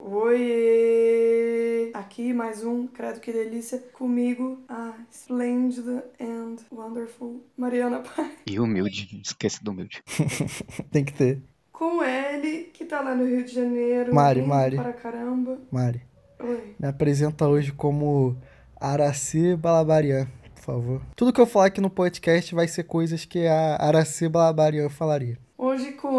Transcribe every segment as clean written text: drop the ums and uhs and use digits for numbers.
Oiê! Aqui mais um, credo que delícia, comigo, a esplêndida and wonderful Mariana Pai. E humilde, esquece do humilde. Tem que ter. Com ele, que tá lá no Rio de Janeiro, Mari, lindo Mari. para caramba. Mari, Oi. me apresenta hoje como Araci Balabarian, por favor. Tudo que eu falar aqui no podcast vai ser coisas que a Araci Balabarian falaria. Hoje com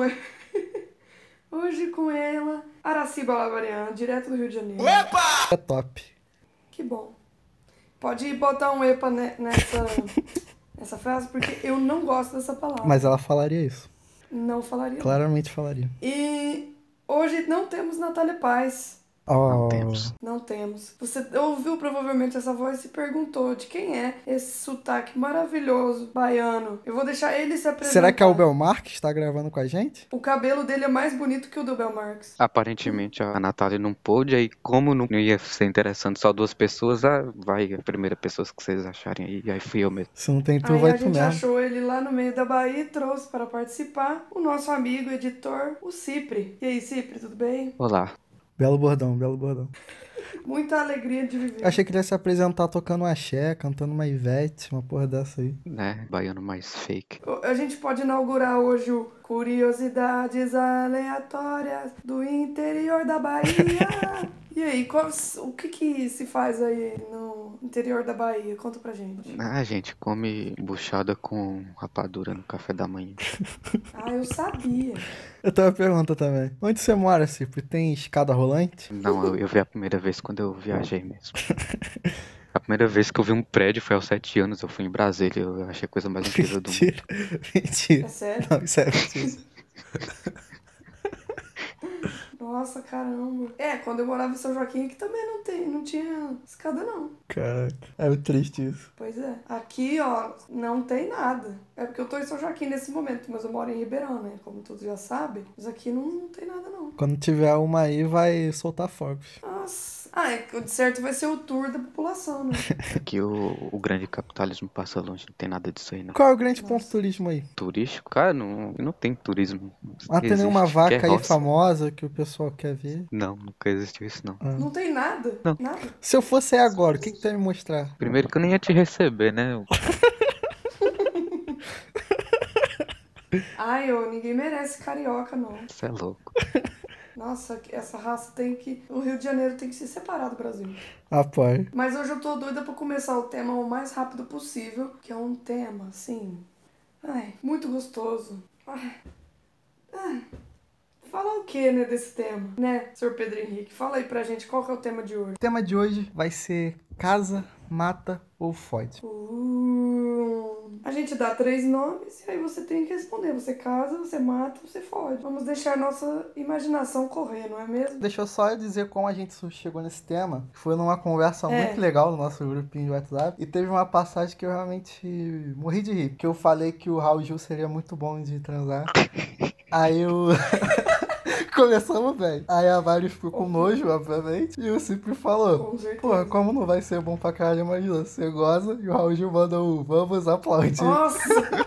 ela, Araci Balabarian, direto do Rio de Janeiro. É top. Que bom. Pode botar um epa nessa frase, porque eu não gosto dessa palavra. Mas ela falaria isso. Não falaria. Claramente falaria. E hoje não temos Natália Paz. Não temos. Não temos. Você ouviu provavelmente essa voz e se perguntou de quem é esse sotaque maravilhoso baiano. Eu vou deixar ele se apresentar. Será que é o Belmar que está gravando com a gente? O cabelo dele é mais bonito que o do Belmarx. Aparentemente a Natália não pôde, aí como não ia ser interessante só duas pessoas, vai a primeira pessoa que vocês acharem aí, aí fui eu mesmo. Se não tem tu, Aí vai a tu gente mesmo. achou ele lá no meio da Bahia e trouxe para participar o nosso amigo editor, o Cipri. E aí, Cipri, tudo bem? Olá. Belo bordão, belo bordão. Muita alegria de viver. Achei que ele ia se apresentar tocando um axé, cantando uma Ivete, uma porra dessa aí. Né, baiano mais fake. A gente pode inaugurar hoje o Curiosidades Aleatórias do Interior da Bahia. E aí, o que se faz aí no interior da Bahia? Conta pra gente. A gente come buchada com rapadura no café da manhã. Ah, eu sabia. Eu tenho uma pergunta também. Onde você mora, Cipri? Tem escada rolante? Não, eu vi a primeira vez quando eu viajei mesmo. A primeira vez que eu vi um prédio foi aos 7 anos, eu fui em Brasília, eu achei a coisa mais incrível do mundo. Mentira. Mentira. É sério? Não, isso é mentira. Nossa, caramba. É, quando eu morava em São Joaquim, que também não tinha escada, não. Caraca, é muito triste isso. Pois é. Aqui, ó, não tem nada. É porque eu tô em São Joaquim nesse momento, mas eu moro em Ribeirão, né? Como todos já sabem. Mas aqui não tem nada, não. Quando tiver uma aí, vai soltar fogos. Nossa. Ah, de certo vai ser o tour da população, né? Aqui o grande capitalismo passa longe, não tem nada disso aí não. Qual é o grande ponto turístico aí? Turístico? Cara, não tem turismo. Não tem nenhuma vaca aí famosa que o pessoal quer ver? Não, nunca existiu isso não. Não tem nada? Não. Nada? Se eu fosse aí agora, o que tu ia me mostrar? Primeiro que eu nem ia te receber, né? Ai, ninguém merece carioca, não. Você é louco. Nossa, essa raça tem que... O Rio de Janeiro tem que se separar do Brasil. Apoio. Mas hoje eu tô doida pra começar o tema o mais rápido possível, que é um tema, assim... Ai, muito gostoso. Ai. Fala o que, né, desse tema, né, Sr. Pedro Henrique? Fala aí pra gente qual que é o tema de hoje. O tema de hoje vai ser casa, mata ou fode. A gente dá 3 nomes e aí você tem que responder. Você casa, você mata, você fode. Vamos deixar nossa imaginação correr, não é mesmo? Deixa eu só dizer como a gente chegou nesse tema. Foi numa conversa muito legal no nosso grupinho de WhatsApp. E teve uma passagem que eu realmente morri de rir. Que eu falei que o Raul Gil seria muito bom de transar. Aí eu... Começamos bem. Aí a Mari ficou com nojo, obviamente. E o Cipri falou: Com certeza. Porra, como não vai ser bom pra caralho, imagina. Você goza e o Raul Gil manda o vamos aplaudir. Nossa!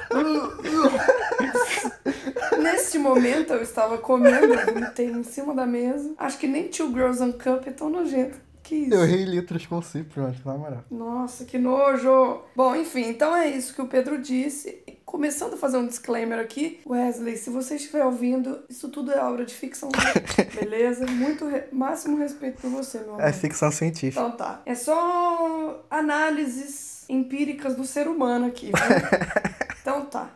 Neste momento eu estava comendo, eu vomitei em cima da mesa. Acho que nem Two Girls on Cup é tão nojento. Que isso? Eu ri litros com o Cipri, mano, na moral. Nossa, que nojo! Bom, enfim, então é isso que o Pedro disse. Começando a fazer um disclaimer aqui, Wesley, se você estiver ouvindo, isso tudo é obra de ficção, beleza? Máximo respeito por você, meu amor. É ficção científica. Então tá. É só análises empíricas do ser humano aqui, viu? Então tá.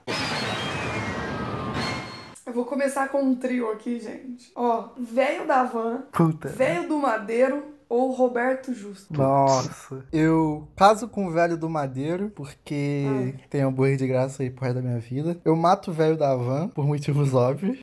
Eu vou começar com um trio aqui, gente. Ó, velho da van, Puta. velho do Madeiro ou Roberto Justo. Nossa. Eu caso com o velho do Madeiro, porque tem hambúrguer de graça aí pro resto da minha vida. Eu mato o velho da van, por motivos óbvios.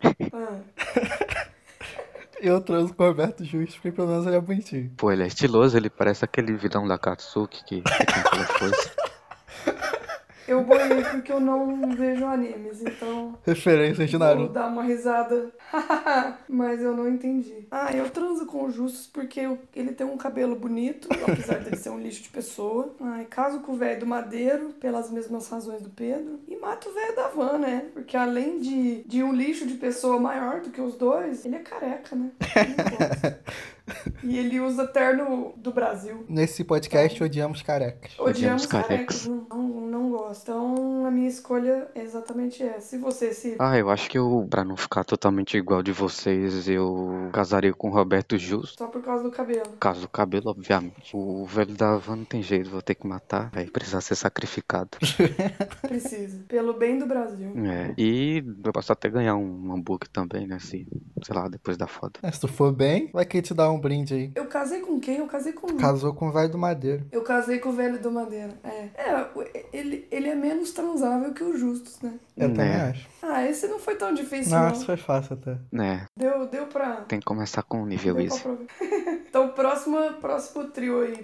E eu transo com o Roberto Justo, porque pelo menos ele é bonitinho. Pô, ele é estiloso, ele parece aquele vilão da Katsuki que tem aquela foice. Eu boiei porque eu não vejo animes, então... Referência de Vou Naruto. dar uma risada. Mas eu não entendi. Eu transo com o Justus porque ele tem um cabelo bonito, apesar dele ser um lixo de pessoa. Caso com o velho do Madeiro, pelas mesmas razões do Pedro. E mato o velho da van, né? Porque além de um lixo de pessoa maior do que os dois, ele é careca, né? Eu não gosto. E ele usa terno do Brasil. Nesse podcast odiamos carecas. Odiamos carecas. Não gosto. Então a minha escolha é exatamente essa. E você, Ciro? Eu acho que pra não ficar totalmente igual de vocês, eu casaria com o Roberto Justo. Só por causa do cabelo. Por causa do cabelo, obviamente. O velho da van não tem jeito, vou ter que matar. Vai precisar ser sacrificado. Precisa. Pelo bem do Brasil. E eu posso até ganhar um hambúrguer também, né? Se, sei lá, depois da foda. Se tu for bem, vai que te dar um brinde aí. Eu casei com quem? Eu casei com... Casou com o velho do Madeiro. Eu casei com o velho do Madeira. Ele é menos transável que o Justus, né? Eu também acho. Esse não foi tão difícil, Não, não. isso foi fácil até. Deu pra... Tem que começar com um nível easy. Então, próximo trio aí.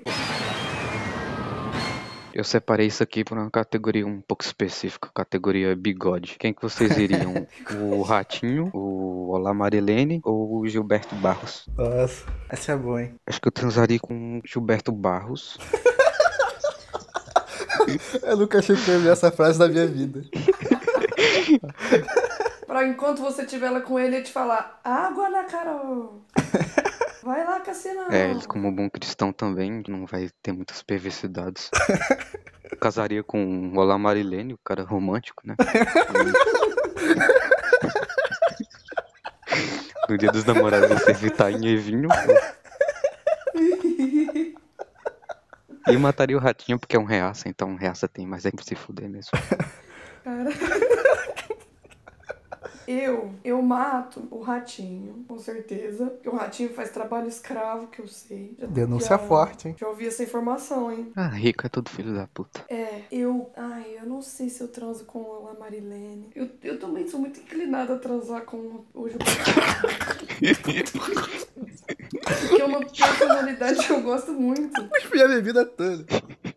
Eu separei isso aqui por uma categoria um pouco específica, categoria bigode. Quem que vocês iriam? O Ratinho, o Olá Marilene ou o Gilberto Barros? Nossa, essa é boa, hein? Acho que eu transaria com o Gilberto Barros. Eu nunca achei que eu ia ver essa frase na minha vida. Pra enquanto você estiver lá com ele te falar: água na Carol! Vai lá, Cassinão! Ele como bom cristão também, não vai ter muitas perversidades. Eu casaria com o Olá Marilene, o cara romântico, né? No dia dos namorados eu servi tainha e vinho. E mataria o Ratinho porque é um reaça, então um reaça tem, mas é que se fuder mesmo. Cara... Eu mato o Ratinho, com certeza. Porque o Ratinho faz trabalho escravo, que eu sei. Denúncia forte, hein? Já ouvi essa informação, hein? Rico é todo filho da puta. Eu não sei se eu transo com a Marilene. Eu também sou muito inclinada a transar com o Gilberto. Porque é uma personalidade que eu gosto muito. Minha bebida toda.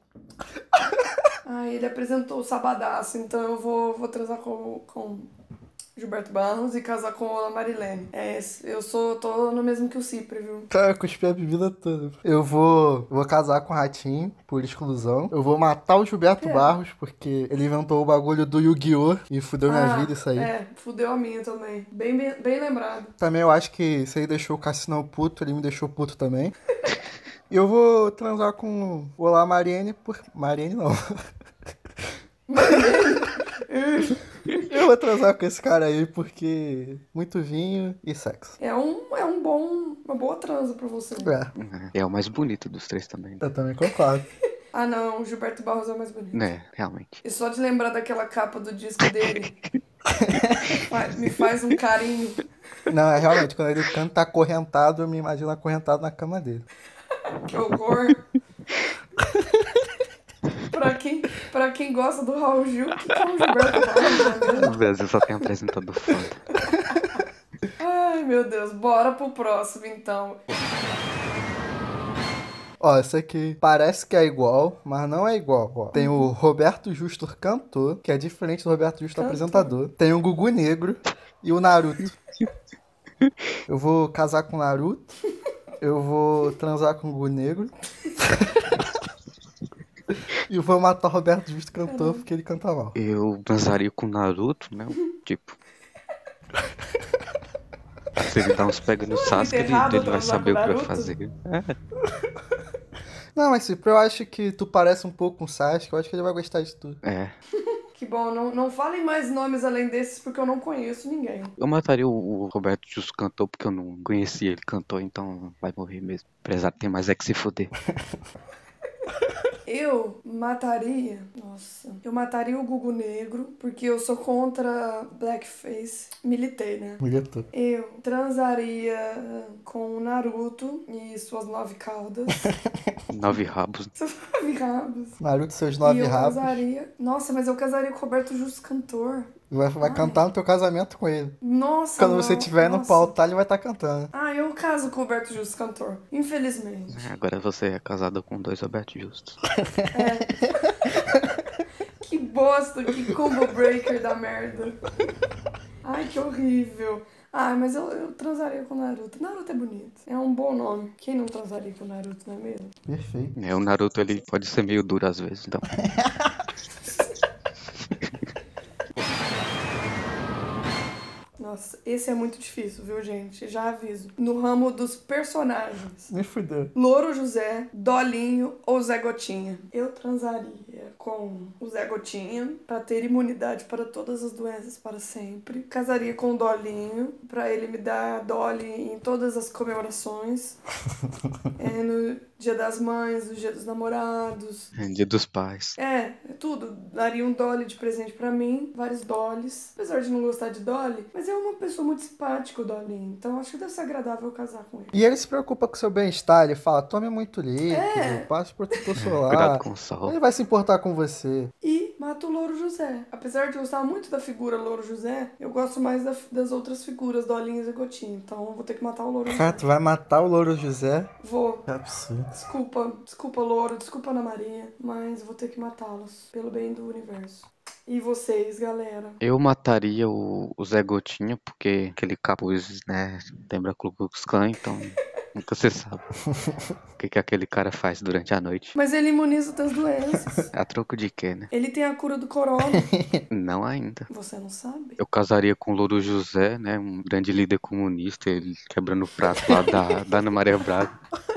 Ele apresentou o Sabadaço, então eu vou transar com Gilberto Barros e casar com a Marilene. Tô no mesmo que o Cipri, viu? Cara, eu cuspi a bebida toda. Eu vou casar com o Ratinho, por exclusão. Eu vou matar o Gilberto Barros, porque ele inventou o bagulho do Yu-Gi-Oh! E fudeu minha vida isso aí. Fudeu a minha também. Bem lembrado. Também eu acho que se ele deixou o Cassinão puto, ele me deixou puto também. E eu vou transar com o Olá Mariene por... Mariene não. Eu vou transar com esse cara aí porque muito vinho e sexo. Uma boa transa pra você. É o mais bonito dos três também. Eu também concordo. Não, o Gilberto Barros é o mais bonito. Realmente. E só de lembrar daquela capa do disco dele, me faz um carinho. Não, realmente, quando ele canta acorrentado, eu me imagino acorrentado na cama dele. Que horror. Pra quem gosta do Raul Gil, que é o Gilberto Barros, né? O Brasil só tem apresentador foda. Ai, meu Deus. Bora pro próximo, então. Esse aqui parece que é igual, mas não é igual. Tem o Roberto Justo cantor, que é diferente do Roberto Justo apresentador. Tem o Gugu Negro e o Naruto. Eu vou casar com o Naruto. Eu vou transar com o Gugu Negro. E eu vou matar o Roberto Justo cantor porque ele canta mal. Eu transaria com o Naruto, né? Tipo... Se ele dá uns pega no Sasuke, ele vai saber o que vai fazer. Não, mas eu acho que tu parece um pouco com o Sasuke, eu acho que ele vai gostar de tu. Que bom, não falem mais nomes além desses, porque eu não conheço ninguém. Eu mataria o Roberto Justo cantor, porque eu não conhecia ele cantor, então vai morrer mesmo. Apesar de ter mais que se fuder. Eu mataria o Gugu Negro, porque eu sou contra blackface. Militei, né? Militou. Eu transaria com o Naruto e suas 9 caudas. 9 rabos. Seus 9 rabos. Naruto, seus 9 rabos. Nossa, mas eu casaria com o Roberto Justo cantor. Vai cantar no teu casamento com ele. Nossa, quando você estiver no pauta, ele vai estar cantando. Eu caso com o Roberto Justo cantor. Infelizmente. Agora você é casado com 2 Roberto Justos. Que bosta, que combo breaker da merda. Ai, que horrível. Mas eu transaria com o Naruto. Naruto é bonito. É um bom nome. Quem não transaria com o Naruto, não é mesmo? Perfeito. O Naruto, ele pode ser meio duro às vezes, então. Nossa, esse é muito difícil, viu, gente? Já aviso. No ramo dos personagens. Me fudeu. Louro José, Dolinho ou Zé Gotinha? Eu transaria com o Zé Gotinha pra ter imunidade para todas as doenças para sempre. Casaria com o Dolinho pra ele me dar Dolly em todas as comemorações. No Dia das Mães, no Dia dos Namorados. Dia dos Pais. É tudo. Daria um Dolly de presente pra mim, vários Dollys. Apesar de não gostar de Dolly, mas é uma pessoa muito simpática, o Dolinho. Então acho que deve ser agradável casar com ele. E ele se preocupa com o seu bem-estar, ele fala, tome muito líquido, passe protetor solar. Cuidado com o sol. Ele vai se importar com você. E mata o Louro José. Apesar de eu gostar muito da figura Louro José, eu gosto mais das outras figuras, Dolinhos e Gotinho. Então eu vou ter que matar o Louro Cara, José. tu vai matar o Louro José? Vou. É absurdo. Desculpa Louro, desculpa Ana Maria, mas vou ter que matá-los pelo bem do universo. E vocês, galera? Eu mataria o Zé Gotinha, porque aquele capuz, né, lembra Ku Klux Klan, então nunca se sabe o que aquele cara faz durante a noite. Mas ele imuniza das doenças. A troco de quê, né? Ele tem a cura do corona. Não ainda. Você não sabe? Eu casaria com o Louro José, né, um grande líder comunista, ele quebrando o prato lá da Ana Maria Braga.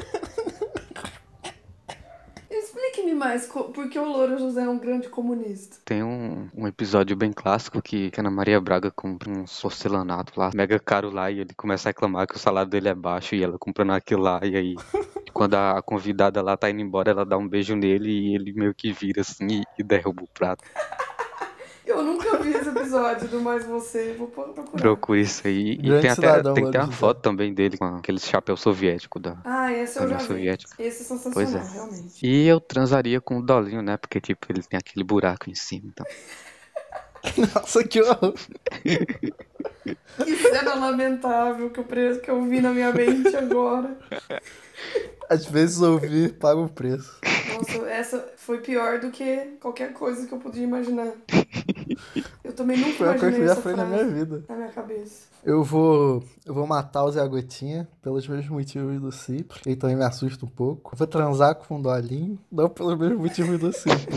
Explique-me mais, porque o Louro José é um grande comunista. Tem um episódio bem clássico que a Ana Maria Braga compra um porcelanato lá, mega caro lá, e ele começa a reclamar que o salário dele é baixo e ela comprando aquilo lá, e aí quando a convidada lá tá indo embora, ela dá um beijo nele e ele meio que vira assim e derruba o prato. Eu nunca vi esse episódio do Mais Você, vou procurar. Procura isso aí. Grande E tem cidadão, tem Louro uma José. foto também dele com aquele chapéu soviético da Esse eu União já vi. Soviética. Esse é Pois sensacional, é. realmente. E eu transaria com o Dolinho, né? Porque, tipo, ele tem aquele buraco em cima, então. Nossa, que horror. Que cena lamentável que eu vi na minha mente agora. Às vezes ouvir paga um preço. Nossa, essa foi pior do que qualquer coisa que eu podia imaginar. Eu também nunca Foi a coisa imaginei que já essa foi na frase minha vida. na minha cabeça. Eu vou matar o Zé Gotinha pelos mesmos motivos do Cipro. Ele também me assusta um pouco. Eu vou transar com o Dolinho, não pelos mesmos motivos do Cipro.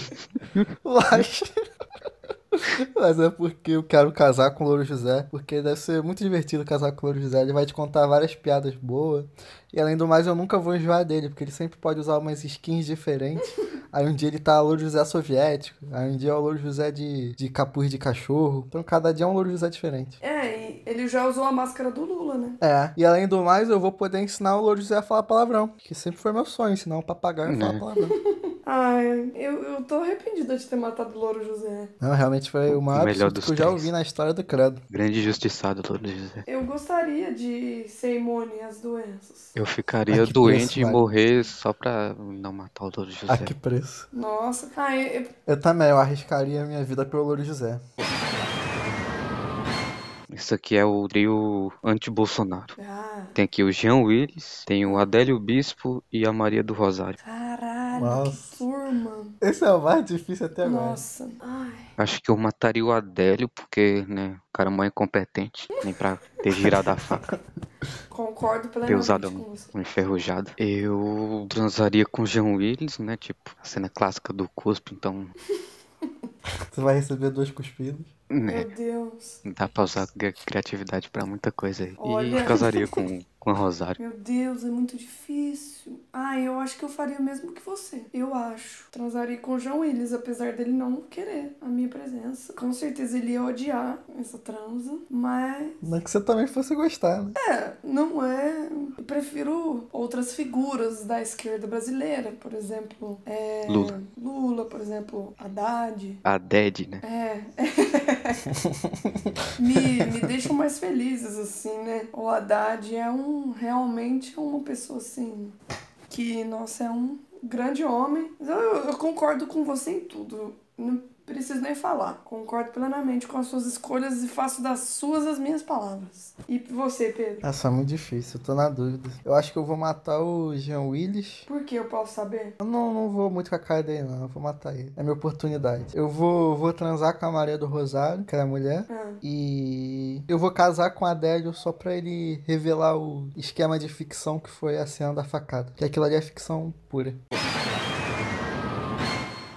Mas é porque eu quero casar com o Louro José, porque deve ser muito divertido casar com o Louro José. Ele vai te contar várias piadas boas. E além do mais, eu nunca vou enjoar dele, porque ele sempre pode usar umas skins diferentes. Aí um dia ele tá Louro José soviético, aí um dia é o Louro José de capuz de cachorro. Então cada dia é um Louro José diferente. E ele já usou a máscara do Lula, né? E além do mais, eu vou poder ensinar o Louro José a falar palavrão, que sempre foi meu sonho, ensinar um papagaio a falar palavrão. Eu tô arrependida de ter matado o Louro José. Não, realmente foi o maior melhor absurdo dos que eu já três. ouvi na história do Credo. Grande injustiçado, Louro José. Eu gostaria de ser imune às doenças. Eu ficaria A que doente preço, e Mário? morrer só pra não matar o Louro José. A que preço? Nossa, Eu também, eu arriscaria a minha vida pelo Louro José. Isso aqui é o trio anti-Bolsonaro. Ah, Tem aqui o Jean Willis, tem o Adélio Bispo e a Maria do Rosário. caralho, Nossa. que turma. Esse é o mais difícil até agora. Nossa, Acho que eu mataria o Adélio porque, né, o cara é mó incompetente, nem pra ter girado a faca, concordo ter plenamente usado com você. um enferrujado. Eu transaria com o Jean Willis, né, tipo, a cena clássica do cuspe, então, Tu vai receber 2 cuspidos. né, Meu Deus. dá pra usar criatividade pra muita coisa aí. Olha. E casaria com a Rosário. Meu Deus, é muito difícil. Eu acho que eu faria o mesmo que você. Eu acho. Transaria com o João Willis, apesar dele não querer a minha presença. Com certeza ele ia odiar essa transa, mas... Não é que você também fosse gostar, né? Não é... Eu prefiro outras figuras da esquerda brasileira, por exemplo... Lula, por exemplo, Haddad. A Ded, né? Me deixam mais felizes, assim, né? O Haddad realmente é uma pessoa, assim, que, nossa, é um grande homem. Mas eu concordo com você em tudo. Não preciso nem falar. Concordo plenamente com as suas escolhas e faço das suas as minhas palavras. E você, Pedro? Essa é muito difícil, eu tô na dúvida. Eu acho que eu vou matar o Jean Willis. Por que eu posso saber? Eu não vou muito com a cara dele, não. Eu vou matar ele. É minha oportunidade. Eu vou transar com a Maria do Rosário, que era mulher. E eu vou casar com a Adélio só pra ele revelar o esquema de ficção que foi a cena da facada. Que aquilo ali é ficção pura.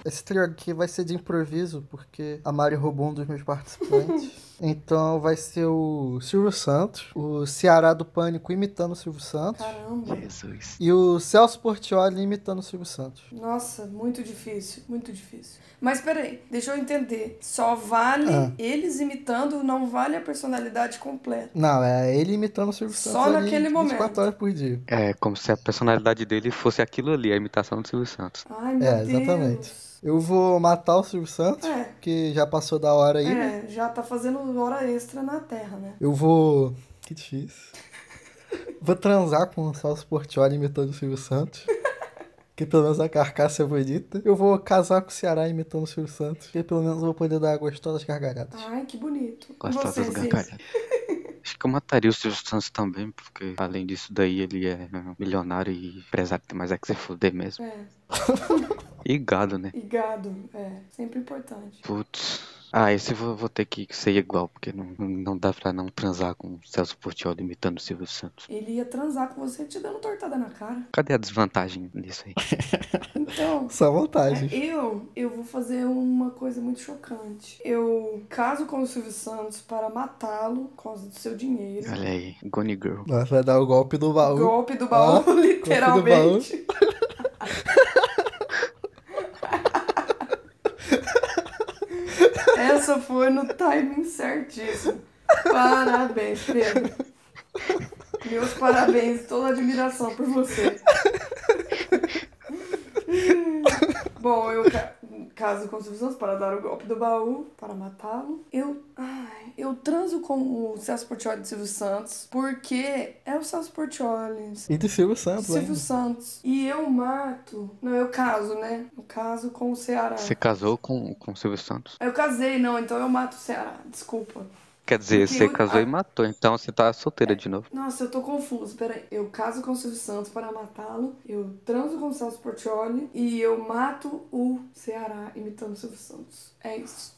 Esse trio aqui vai ser de improviso, porque a Mari roubou um dos meus participantes. Então vai ser o Silvio Santos, o Ceará do Pânico imitando o Silvio Santos. Caramba. Jesus. E o Celso Portiolli imitando o Silvio Santos. Nossa, muito difícil, muito difícil. Mas peraí, deixa eu entender. Só vale eles imitando, não vale a personalidade completa. Não, é ele imitando o Silvio Santos Só ali naquele 24 momento. horas por dia. É como se a personalidade dele fosse aquilo ali, a imitação do Silvio Santos. Ai, meu Deus. Exatamente. Eu vou matar o Silvio Santos, porque já passou da hora aí, né? Já tá fazendo hora extra na Terra, né? Eu vou... Que difícil. Vou transar com o Celso Portiolli imitando o Silvio Santos. Que pelo menos a carcaça é bonita. Eu vou casar com o Ceará imitando o Silvio Santos. Que pelo menos eu vou poder dar gostosas gargalhadas. Ai, que bonito. Gostosas Você, Cis? gargalhadas. Acho que eu mataria o Silvio Santos também, porque além disso daí ele é milionário e empresário, tem mais é que se fuder mesmo. E gado, né? E gado, sempre importante. Putz. Ah, esse eu vou ter que ser igual, porque não dá pra não transar com o Celso Portiolli imitando o Silvio Santos. Ele ia transar com você te dando tortada na cara. Cadê a desvantagem nisso aí? Então, Só vantagem. eu vou fazer uma coisa muito chocante. Eu caso com o Silvio Santos para matá-lo com o seu dinheiro. Olha aí, Gone Girl. Nós vai dar o golpe do baú. Golpe do baú, literalmente. Essa foi no timing certíssimo. Parabéns, Pedro. Meus parabéns, toda admiração por você. Bom, eu caso com o Silvio Santos para dar o golpe do baú, para matá-lo. Eu transo com o Celso Portiolli de Silvio Santos, porque é o Celso Portiolli. E de Silvio Santos, Silvio Santos. E eu mato... Não, eu caso, né? Eu caso com o Ceará. Você casou com o Silvio Santos? Eu casei, não, então eu mato o Ceará. Desculpa. Quer dizer, Porque você casou e matou, então você tá solteira de novo. Nossa, eu tô confuso. Peraí. Eu caso com o Silvio Santos para matá-lo. Eu transo com o Celso Portiolli. E eu mato o Ceará imitando o Silvio Santos. É isso.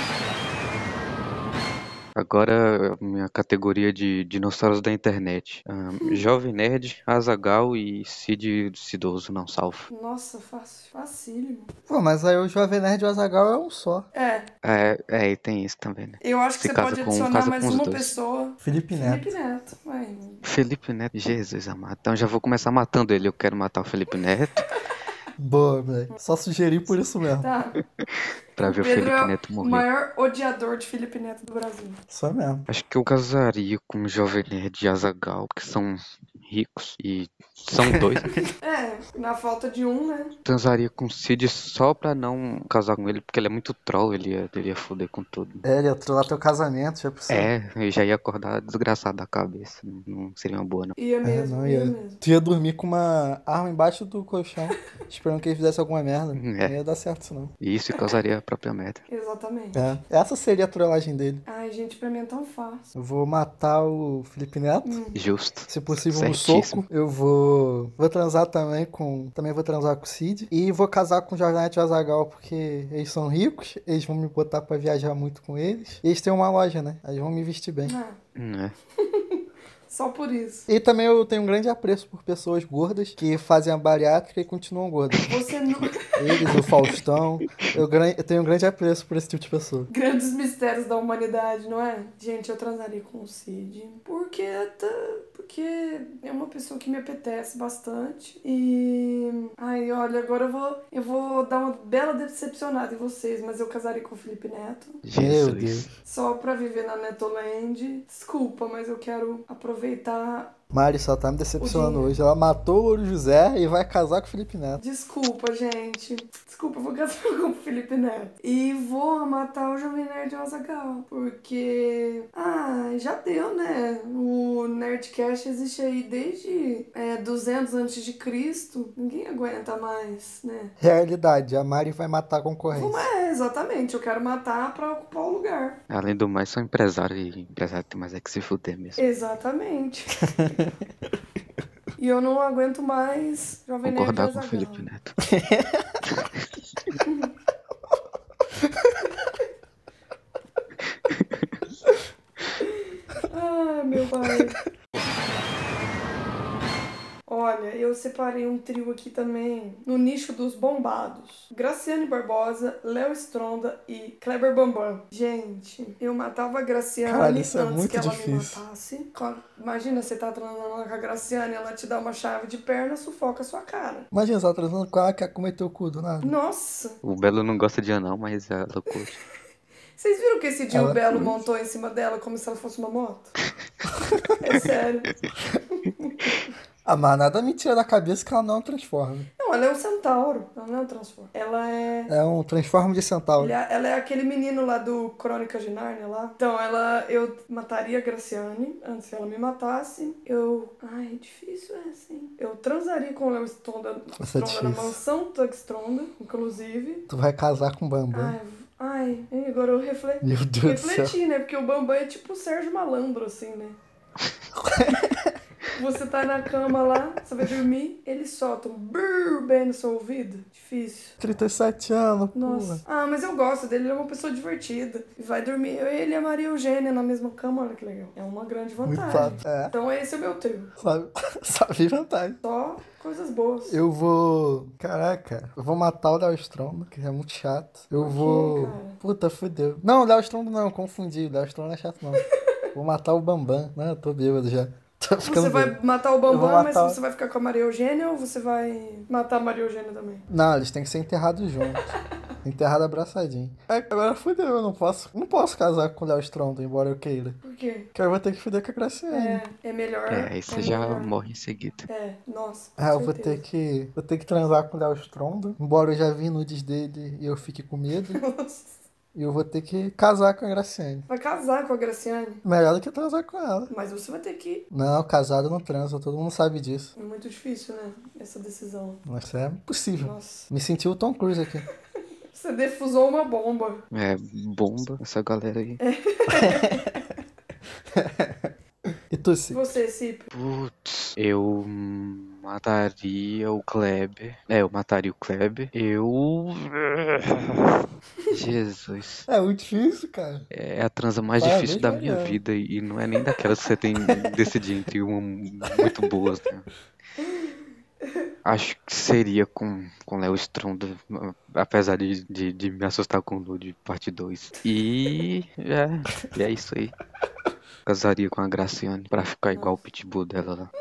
Agora, minha categoria de dinossauros da internet. Jovem Nerd, Azaghal e Cid Cidoso, não salvo. Nossa, fácil. Facílimo. Pô, mas aí o Jovem Nerd e o Azaghal é um só. E tem isso também, né? Eu acho que você pode adicionar mais uma pessoa. Felipe Neto. Felipe Neto. Vai. Felipe Neto, Jesus amado. Então já vou começar matando ele. Eu quero matar o Felipe Neto. Boa, velho. Só sugeri por isso mesmo. Tá. Pra ver o Pedro Felipe Neto é o morrer. maior odiador de Felipe Neto do Brasil. Só mesmo. Acho que eu casaria com o Jovem Nerd e Azaghal, que são ricos e são dois. Na falta de um, né? Transaria com o Cid só pra não casar com ele, porque ele é muito troll, ele ia foder com tudo. Ele ia trollar teu casamento, já possível. Eu já ia acordar desgraçado da cabeça. Não seria uma boa, não. Ia mesmo, ia mesmo. Tu ia dormir com uma arma embaixo do colchão, esperando que ele fizesse alguma merda. Não ia dar certo isso, não. E isso causaria a própria merda. Exatamente. Essa seria a trollagem dele. Ai, gente, pra mim é tão fácil. Eu vou matar o Felipe Neto. Justo. Se possível, um Certíssimo. soco. Eu vou transar também com... Também vou transar com o Cid. E vou casar com o Jovem Nerd e o Azaghal, porque eles são ricos. Eles vão me botar pra viajar muito com eles. E eles têm uma loja, né? Eles vão me vestir bem. Só por isso. E também eu tenho um grande apreço por pessoas gordas que fazem a bariátrica e continuam gordas. Você não... Eles, o Faustão. Eu tenho um grande apreço por esse tipo de pessoa. Grandes mistérios da humanidade, não é? Gente, eu transaria com o Cid. Porque é uma pessoa que me apetece bastante. E... Ai, olha, agora eu vou dar uma bela decepcionada em vocês, mas eu casaria com o Felipe Neto. Meu Deus. Só pra viver na Netoland. Desculpa, mas eu quero aproveitar... Mari só tá me decepcionando hoje. Ela matou o Ouro José e vai casar com o Felipe Neto. Desculpa, gente. Desculpa, eu vou casar com o Felipe Neto. E vou matar o Jovem Nerd e o Azaghal. Porque... já deu, né? O Nerdcast existe aí desde 200 a.C. Ninguém aguenta mais, né? Realidade, a Mari vai matar a concorrência. Exatamente. Eu quero matar pra ocupar o lugar. Além do mais, são empresários e empresário tem mais é que se fuder mesmo. Exatamente. E eu não aguento mais Jovem Nerd e Concordar com o Azaghal. Felipe Neto. Meu pai. Olha, Olha, eu separei um trio aqui também, no nicho dos bombados. Graciane Barbosa, Léo Stronda e Kleber Bambam. Gente, eu matava a Graciane Cara, isso é antes muito que ela difícil. me matasse. Claro, imagina, você tá transando com a Graciane, ela te dá uma chave de perna, sufoca a sua cara. Imagina, você tá transando com ela, quer comer teu cu do nada. Nossa! O Belo não gosta de anão, mas ela curte. Vocês viram que esse dia Ela o Belo curte. montou em cima dela como se ela fosse uma moto? É sério. Ah, mas nada me tira da cabeça que ela não é um transforme. Não, ela é um centauro. Ela não é um transforme. Ela é... É um transforme de centauro. Ela é aquele menino lá do Crônica de Nárnia lá. Então, eu mataria a Graciane antes que ela me matasse. Ai, difícil essa, hein? Eu transaria com o Léo Stronda Isso é na difícil. mansão Tug Stronda, inclusive. Tu vai casar com o Bambam. Ai, agora eu refleti. Meu Deus do céu. Refleti, né? Porque o Bambam é tipo o Sérgio Malandro, assim, né? Você tá na cama lá, você vai dormir, ele solta um brrr bem no seu ouvido. Difícil. 37 anos, Nossa. pô. Ah, mas eu gosto dele, ele é uma pessoa divertida. E vai dormir eu, ele e a Maria Eugênia na mesma cama, olha que legal. É uma grande Muito vantagem. fácil. É, Então esse é o meu trio. sabe vantagem. Só coisas boas. Eu vou... Caraca, eu vou matar o Léo Stronda, que é muito chato. Eu vou... cara? Puta, fudeu. Não, o Léo Stronda não, confundi. O Léo Stronda não é chato, não. Vou matar o Bambam. Não, eu tô bêbado já. Tô ficando Você vai bêbado. matar o Eu vou Bambam, mas matar- você vai ficar com a Maria Eugênia ou você vai matar a Maria Eugênia também? Não, eles têm que ser enterrados juntos. Enterrado abraçadinho. Agora fudeu, eu não posso casar com o Léo Stronda, embora eu queira. Por quê? Porque eu vou ter que fuder com a Graciane. É melhor. Aí você já melhor. morre em seguida. Nossa. com Eu vou certeza. ter que transar com o Léo Stronda, embora eu já vi nudes dele e eu fique com medo. Nossa. E eu vou ter que casar com a Graciane. Vai casar com a Graciane, Melhor do que transar com ela. mas você vai ter que... Não, casado não transa, todo mundo sabe disso. É muito difícil, né? Essa decisão. Mas é impossível. Nossa. Me senti o Tom Cruise aqui. Você defusou uma bomba. É, bomba essa galera aí. E tu, Cip? Você, Cip. Putz, eu mataria o Kleber. Eu mataria o Kleber. Jesus. É muito difícil, cara. É a transa mais Parabéns, difícil da minha Mariana. vida e não é nem daquelas que você tem que decidir entre uma muito boas, né? Acho que seria com Léo Stronda, apesar de me assustar com o Nude parte 2. E é isso aí. Casaria com a Graciane pra ficar igual o pitbull dela lá.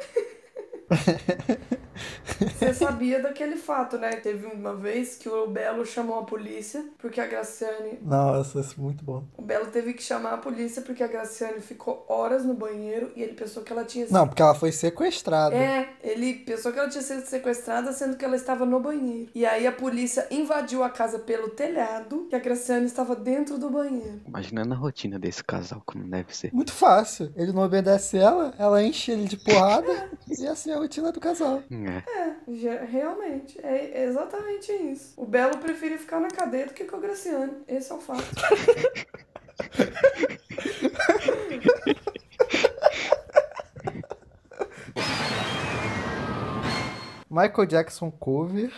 Você sabia daquele fato, né? Teve uma vez que o Belo chamou a polícia porque a Graciane... Nossa, isso é muito bom. O Belo teve que chamar a polícia porque a Graciane ficou horas no banheiro e ele pensou que ela tinha... Não, porque ela foi sequestrada. Ele pensou que ela tinha sido sequestrada, sendo que ela estava no banheiro. E aí a polícia invadiu a casa pelo telhado e a Graciane estava dentro do banheiro. Imaginando a rotina desse casal, como deve ser. Muito fácil. Ele não obedece ela enche ele de porrada e assim é a rotina do casal. Realmente, é exatamente isso. O Belo preferia ficar na cadeia do que com a Graciane. Esse é o fato. Michael Jackson cover,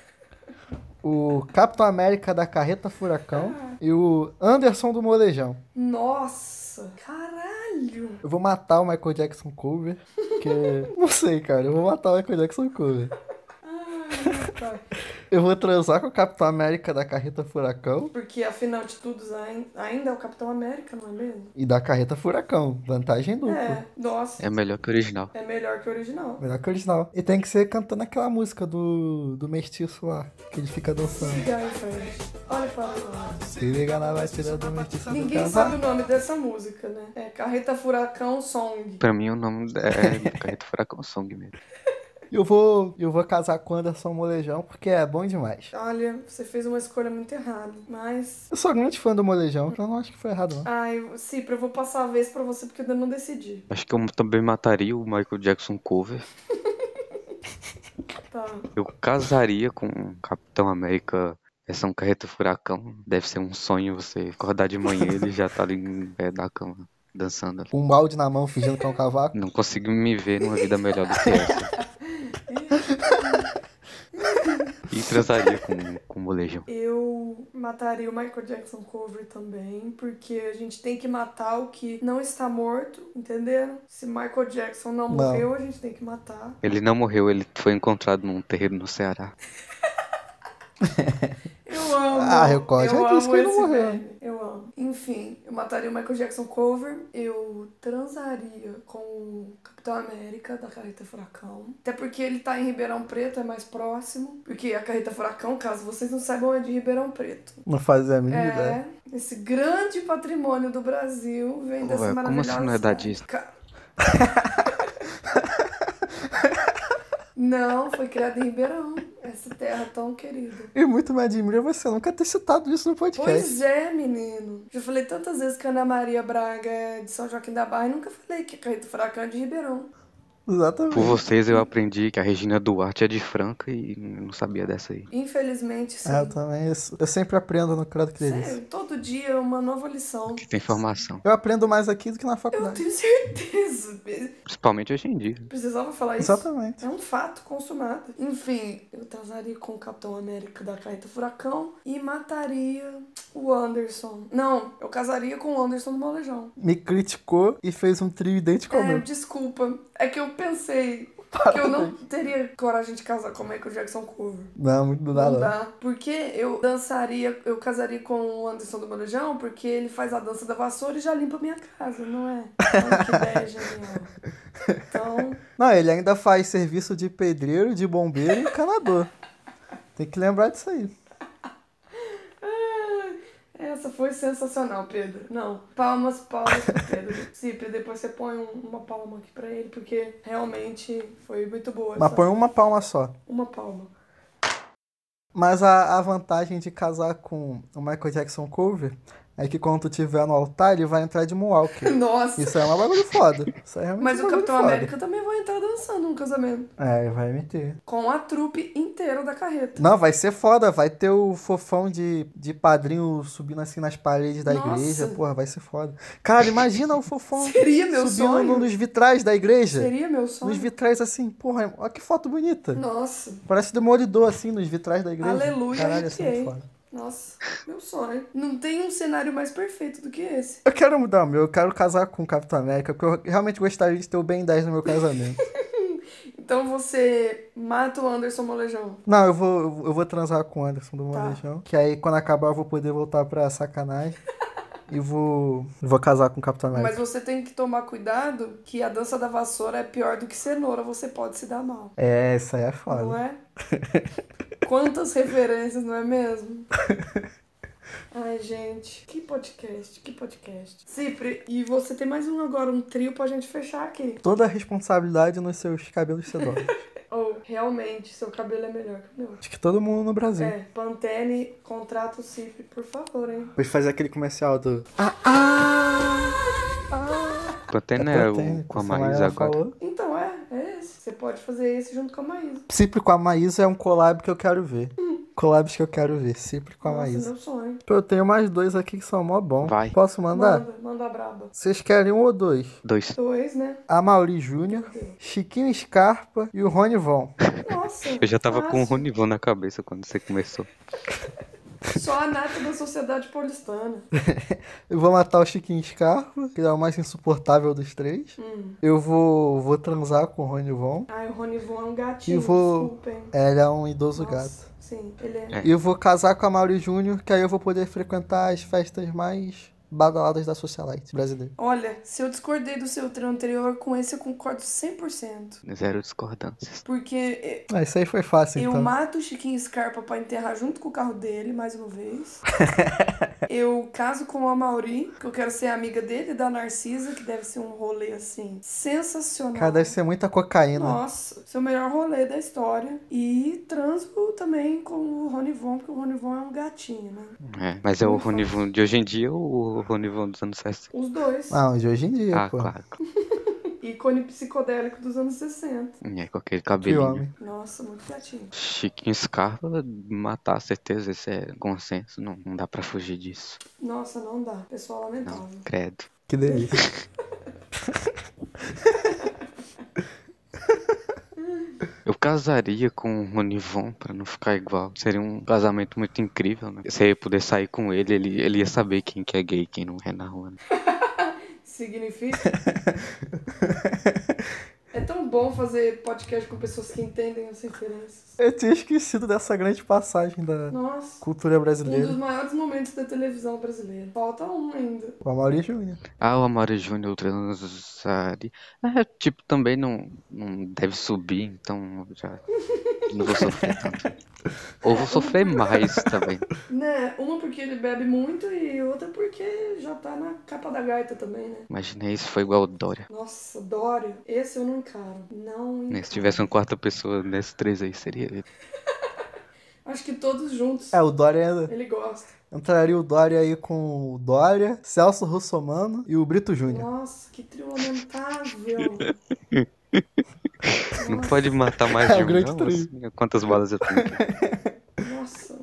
o Capitão América da Carreta Furacão e o Anderson do Molejão. Nossa, caralho. Eu vou matar o Michael Jackson cover, porque... Não sei, cara, eu vou matar o Michael Jackson cover. Ai, pai. Eu vou transar com o Capitão América da Carreta Furacão Porque afinal de tudo ainda é o Capitão América, não é mesmo? e da Carreta Furacão. Vantagem dupla. Nossa. É melhor que o original. É melhor que o original. Melhor que o original. E tem que ser cantando aquela música do mestiço lá, que ele fica dançando. Liga aí, Fred. Olha para lá. Se liga na batida do mestiço do Ninguém casal. sabe o nome dessa música, né? É Carreta Furacão Song. Pra mim o nome é Carreta Furacão Song mesmo. Eu vou casar com o Anderson Molejão porque é bom demais. Olha, você fez uma escolha muito errada, mas... Eu sou grande fã do Molejão, então eu não acho que foi errado, não. Ai, Cipra, eu vou passar a vez pra você porque eu ainda não decidi. Acho que eu também mataria o Michael Jackson cover. Tá. Eu casaria com o Capitão América versão Carreta Furacão. Deve ser um sonho você acordar de manhã e ele já tá ali em pé da cama, dançando ali. Com um balde na mão, fingindo que é um cavaco. Não consigo me ver numa vida melhor do que essa. E transaria com o molejão. Eu mataria o Michael Jackson Cover também, porque a gente tem que matar o que não está morto, entenderam? Se Michael Jackson não morreu, a gente tem que matar. Ele não morreu, ele foi encontrado num terreiro no Ceará. Eu amo. Ah, Record já disse que ele não morreu. velho. Eu amo. Enfim, eu mataria o Michael Jackson Cover. Eu transaria com o Capitão América da Carreta Furacão. Até porque ele tá em Ribeirão Preto, é mais próximo. Porque a Carreta Furacão, caso vocês não saibam, é de Ribeirão Preto. Não fazia a mínima ideia. Esse grande patrimônio do Brasil vem dessa maravilhosa como assim não é da cidade. Disney? Não, foi criado em Ribeirão. Essa terra tão querida. E muito me admira você nunca ter citado isso no podcast. Pois é, menino. Já falei tantas vezes que a Ana Maria Braga é de São Joaquim da Barra e nunca falei que a Carreta Furacão é de Ribeirão. Exatamente. Por vocês eu aprendi que a Regina Duarte é de Franca e não sabia dessa aí. Infelizmente, sim. Eu também. Eu sempre aprendo no Credo que Delícia. Sério, todo dia é uma nova lição. Que tem informação. Eu aprendo mais aqui do que na Eu faculdade. tenho certeza. Principalmente hoje em dia. Precisava falar isso. Exatamente. É um fato consumado. Enfim, eu transaria com o Capitão América da Carreta Furacão e mataria o Anderson. Não, eu casaria com o Anderson do Molejão. Me criticou e fez um trio idêntico ao meu. Desculpa. É que eu pensei que eu não teria coragem de casar com o Michael Jackson Cover. Não, muito do nada. Não dá. Porque eu eu casaria com o Anderson do Molejão porque ele faz a dança da vassoura e já limpa a minha casa, não é? Olha que ideia genial. Então, Não, ele ainda faz serviço de pedreiro, de bombeiro e encanador. Tem que lembrar disso aí. essa foi sensacional, Pedro. Não, palmas pro Pedro. Cipri, depois você põe uma palma aqui pra ele, porque realmente foi muito boa. Mas põe uma palma só. Uma palma. Mas a vantagem de casar com o Michael Jackson Cover é que quando tu tiver no altar, ele vai entrar de Moonwalker. Nossa! Isso é uma bagulho foda. Isso é realmente Mas um o bagulho Capitão foda. América também vai entrar dançando num casamento. É, vai meter. Com a trupe inteira da carreta. Não, vai ser foda. Vai ter o fofão de padrinho subindo assim nas paredes da Nossa. igreja. Porra, vai ser foda. Cara, imagina o fofão Seria meu subindo sonho. nos vitrais da igreja. Seria meu Nos sonho. vitrais assim, porra, olha que foto bonita. Nossa. Parece Demolidor assim, nos vitrais da igreja. Aleluia, Caralho, assim, arrepiei. muito foda. Nossa, meu sonho. Não tem um cenário mais perfeito do que esse. Eu quero mudar o meu, eu quero casar com o Capitão América, porque eu realmente gostaria de ter o Ben 10 no meu casamento. Então você mata o Anderson Molejão. Não, eu vou transar com o Anderson do Tá. Molejão, que aí quando acabar eu vou poder voltar pra sacanagem e vou casar com o Capitão América. Mas você tem que tomar cuidado que a dança da vassoura é pior do que cenoura, você pode se dar mal. É, isso aí é foda. Não é? Quantas referências, não é mesmo? Ai, gente, que podcast, que podcast. Cipri, e você tem mais agora, um trio pra gente fechar aqui. Toda a responsabilidade nos seus cabelos sedosos. Ou, realmente, seu cabelo é melhor que o meu. Acho que todo mundo no Brasil. É, Pantene, contrata o Cipri, por favor, hein? Depois fazer aquele comercial do... Pantene é Pantene, o com a que Maísa Samara agora. falou. Então, é esse. Você pode fazer esse junto com a Maísa. Cipri com a Maísa é um collab que eu quero ver. Collabs que eu quero ver, Cipri com a Nossa, Maísa. meu sonho. Eu tenho mais dois aqui que são mó bom. Vai. Posso mandar? Manda a braba. Vocês querem um ou dois? 2. 2, né? A Mauri Júnior, Chiquinho Scarpa e o Rony Von. Nossa. Eu já tava com o fácil. Ronivon na cabeça quando você começou. Só a nata da sociedade paulistana. Eu vou matar o Chiquinho Scarpa, que é o mais insuportável dos três. Eu vou transar com o Rony Von. Ai, o Ronivon é um gatinho, E vou- desculpem. Ele é um idoso Nossa, gato. sim, ele é. E eu vou casar com a Mauri Júnior, que aí eu vou poder frequentar as festas mais badaladas da socialite brasileira. Olha, se eu discordei do seu trio anterior, com esse eu concordo 100%. Zero discordâncias. Porque Ah, isso aí foi fácil, eu então. mato o Chiquinho Scarpa pra enterrar junto com o carro dele, mais uma vez. Eu caso com a Mauri, que eu quero ser amiga dele, e da Narcisa, que deve ser um rolê, assim, sensacional. Cara, deve ser muita cocaína. Nossa, seu melhor rolê da história. E transo também com o Ronivon, porque o Ronivon é um gatinho, né? É, mas é o Muito Ronivon de hoje em dia ou o Ronivon dos anos 60? Os dois. Não, de hoje em dia, Ah, pô. claro. Ícone psicodélico dos anos 60. É, com aquele Que cabelinho. homem. Nossa, muito gatinho. Chiquinho Scarpa, matar, certeza, esse é consenso. Não dá pra fugir disso. Nossa, não dá. Pessoal Não, lamentável. credo. Que delícia. Eu casaria com o Ronivon pra não ficar igual. Seria um casamento muito incrível, né? Você ia poder sair com ele ia saber quem que é gay e quem não é na rua, né? Significa? É tão bom fazer podcast com pessoas que entendem as referências. Eu tinha esquecido dessa grande passagem da Nossa, cultura um brasileira. dos maiores momentos da televisão brasileira. Falta um ainda. O Amaury Júnior. Ah, o Amaury Júnior transaria. Tipo, também não deve subir, então já não vou sofrer tanto. Ou vou sofrer mais também. Né? Uma porque ele bebe muito e outra porque já tá na capa da gaita também, né? Imaginei isso foi igual o Dória. Nossa, Dória. Esse eu não encaro. Não encaro. Se tivesse uma quarta pessoa nesses três aí, seria ele. Acho que todos juntos. O Dória Ele gosta. entraria o Dória aí com o Dória, Celso Russomano e o Brito Júnior. Nossa, que trio lamentável. Não pode matar mais É de um um, grande não? trio. Assim, quantas balas eu tenho aqui? Nossa.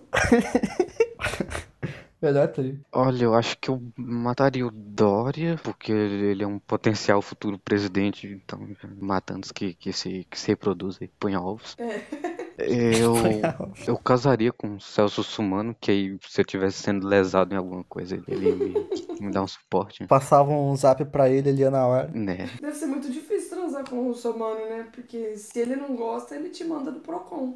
Melhor trio. Olha, eu acho que eu mataria o Dória, porque ele é um potencial futuro presidente, então mata antes que se reproduz e põe ovos. Eu casaria com o Celso Russomano, que aí se eu estivesse sendo lesado em alguma coisa, ele ia me dar um suporte, Passava um zap pra ele ali na hora. né? Deve ser muito difícil transar com o Russomano, né? Porque se ele não gosta, ele te manda do Procon.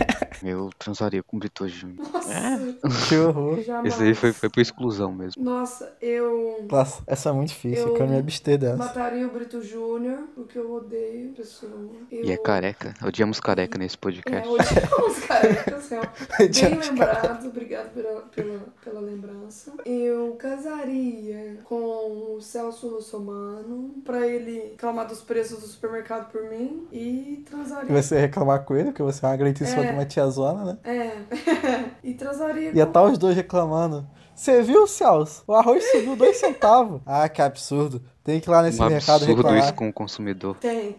Eu transaria com o Brito Júnior. Nossa. Que horror. Jamais. Esse aí foi por exclusão mesmo. Nossa, eu Nossa, essa é muito difícil, eu quero me abster dessa. mataria o Brito Júnior, porque eu odeio a pessoa. E é careca. Odiamos careca nesse É, podcast. odiamos carecas, real. Bem Odiamos lembrado, obrigado pela lembrança. Eu casaria com o Celso Russomano pra ele reclamar dos preços do supermercado por mim e E transaria. você ia reclamar com ele, que você é uma grandíssima de uma tiazona, né? E transaria Ia com... estar os dois reclamando. Você viu, Celso? O arroz subiu 2 centavos. Ah, que absurdo. Tem que ir lá nesse Um mercado absurdo reclamar. isso com o consumidor. Tem.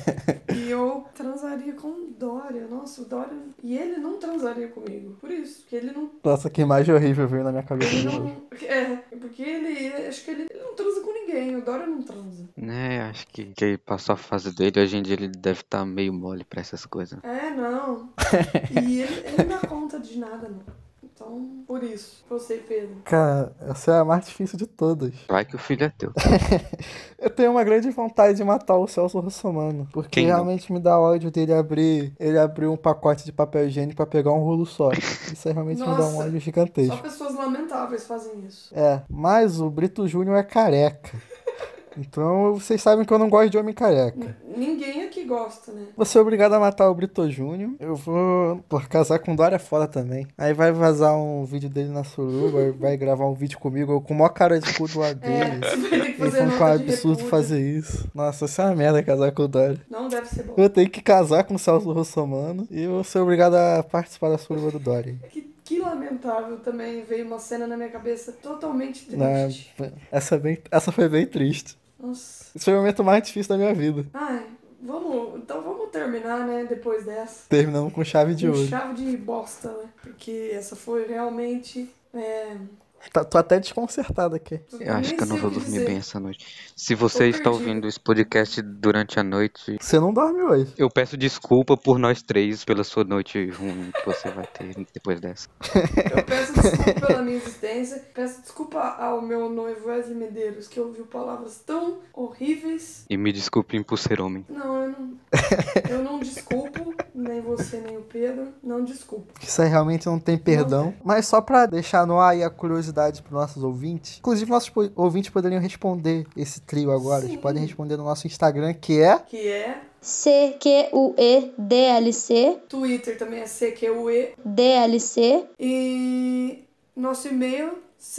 E eu transaria com o Dória. Nossa, o Dória... E ele não transaria comigo. Por isso. Porque ele não... Nossa, que imagem horrível veio na minha cabeça Ele de novo. não... Porque ele... Acho que ele não transa com ninguém. O Dória não transa. Né, acho que ele passou a fase dele. Hoje em dia ele deve estar meio mole pra essas coisas. Não. E ele não dá conta de nada, não. Então, por isso. Você, Pedro. Cara, essa é a mais difícil de todas. Vai que o filho é teu. Eu tenho uma grande vontade de matar o Celso Russomano. Porque Quem não? realmente me dá ódio dele abrir um pacote de papel higiênico pra pegar um rolo só. Isso aí realmente me dá um Nossa, ódio Só gigantesco. pessoas lamentáveis fazem isso. Mas o Brito Júnior é careca. Então vocês sabem que eu não gosto de homem careca. Ninguém aqui gosta, né? Vou ser obrigado a matar o Brito Júnior. Eu vou casar com Dória fora também. Aí vai vazar um vídeo dele na suruba, vai gravar um vídeo comigo, eu com a maior cara de cu do lado dele. Você vai ter que E fazer foi um nota de absurdo repúdio. fazer isso. Nossa, isso é uma merda casar com o Dória. Não deve ser bom. Eu vou ter que casar com o Celso Russomano e eu vou ser obrigado a participar da suruba do Dória. Que lamentável também. Veio uma cena na minha cabeça totalmente Né? triste. Essa foi bem triste. Nossa. Esse foi o momento mais difícil da minha vida. Então vamos terminar, né? Depois dessa. Terminamos com chave de Com ouro. chave de bosta, né? Porque essa foi realmente... Tô até desconcertado aqui. Eu acho nem que eu não sei vou o que dormir dizer. bem essa noite. Se você está perdido. ouvindo esse podcast durante a noite, Você não dorme hoje. eu peço desculpa por nós três, pela sua noite ruim que você vai ter depois dessa. Eu peço desculpa pela minha existência. Peço desculpa ao meu noivo Wesley Medeiros, que ouviu palavras tão horríveis. E me desculpem por ser homem. Não, eu não desculpo, nem você, nem o Pedro. Não desculpo. Isso aí realmente não tem perdão. Mas só pra deixar no ar aí a curiosidade pros nossos ouvintes. Inclusive, nossos ouvintes poderiam responder esse trio agora. Eles Sim. podem responder no nosso Instagram, que é... Que é... CQUEDLC, Twitter também é CQUE. DLC, E nosso e-mail,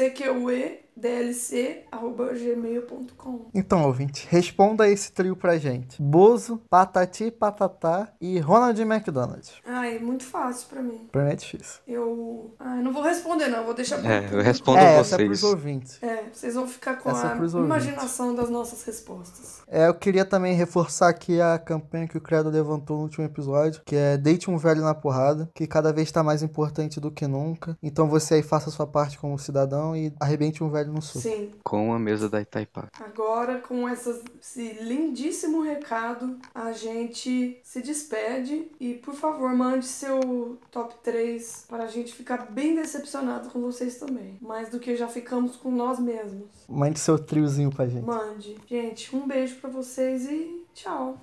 cqedlc@gmail.com. Então, ouvinte, responda esse trio pra gente. Bozo, Patati, Patatá e Ronald McDonald. Ai, muito fácil pra mim. Pra mim é difícil. Eu não vou responder não, vou deixar pra Eu respondo a Essa é vocês. pros ouvintes. Vocês vão ficar com Essa é a pros ouvintes. imaginação das nossas respostas. Eu queria também reforçar aqui a campanha que o Credo levantou no último episódio, que é Deite um Velho na Porrada, que cada vez está mais importante do que nunca. Então você aí faça a sua parte como cidadão e arrebente um velho ele no soco. Sim. Com a mesa da Itaipava. Agora, com esse lindíssimo recado, a gente se despede. E, por favor, mande seu top 3 para a gente ficar bem decepcionado com vocês também. Mais do que já ficamos com nós mesmos. Mande seu triozinho pra gente. Mande. Gente, um beijo pra vocês e tchau.